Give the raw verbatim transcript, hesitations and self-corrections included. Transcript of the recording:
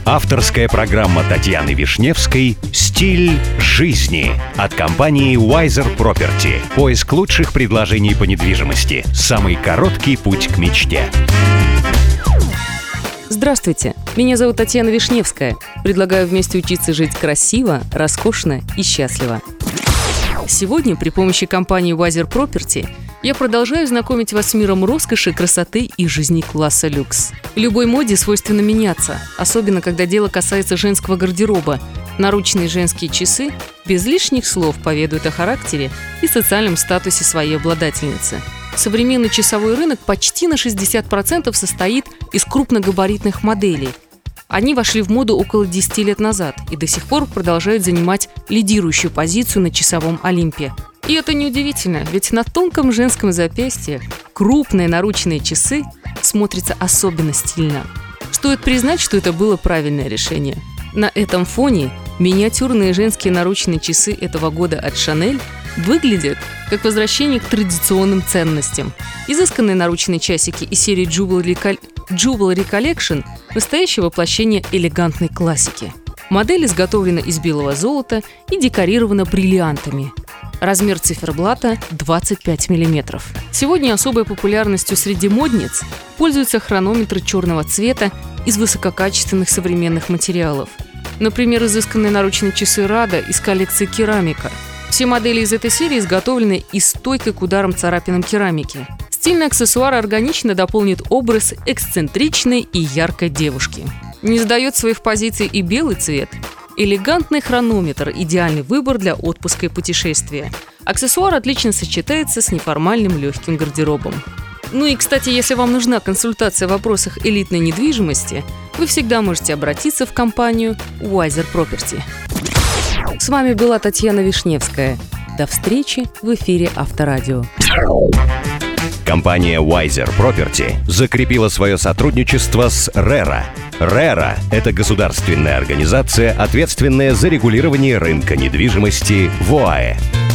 Авторская программа Татьяны Вишневской «Стиль жизни» от компании Wiser Property. Поиск лучших предложений по недвижимости. Самый короткий путь к мечте. Здравствуйте, меня зовут Татьяна Вишневская. Предлагаю вместе учиться жить красиво, роскошно и счастливо. Сегодня при помощи компании Wiser Property я продолжаю знакомить вас с миром роскоши, красоты и жизни класса люкс. Любой моде свойственно меняться, особенно когда дело касается женского гардероба. Наручные женские часы без лишних слов поведают о характере и социальном статусе своей обладательницы. Современный часовой рынок почти на шестьдесят процентов состоит из крупногабаритных моделей. Они вошли в моду около десяти лет назад и до сих пор продолжают занимать лидирующую позицию на часовом Олимпе. И это неудивительно, ведь на тонком женском запястье крупные наручные часы смотрятся особенно стильно. Стоит признать, что это было правильное решение. На этом фоне миниатюрные женские наручные часы этого года от Chanel выглядят как возвращение к традиционным ценностям. Изысканные наручные часики из серии Jewelry, Col- Jewelry Collection – настоящее воплощение элегантной классики. Модель изготовлена из белого золота и декорирована бриллиантами. Размер циферблата двадцать пять миллиметров. Сегодня особой популярностью среди модниц пользуются хронометры черного цвета из высококачественных современных материалов. Например, изысканные наручные часы Rada из коллекции керамика. Все модели из этой серии изготовлены из стойкой к ударам царапинам керамики. Стильный аксессуар органично дополнит образ эксцентричной и яркой девушки. Не сдает своих позиций и белый цвет. Элегантный хронометр – идеальный выбор для отпуска и путешествия. Аксессуар отлично сочетается с неформальным легким гардеробом. Ну и, кстати, если вам нужна консультация в вопросах элитной недвижимости, вы всегда можете обратиться в компанию Wiser Property. С вами была Татьяна Вишневская. До встречи в эфире Авторадио. Компания Wiser Property закрепила свое сотрудничество с рера. рера – это государственная организация, ответственная за регулирование рынка недвижимости в ОАЭ.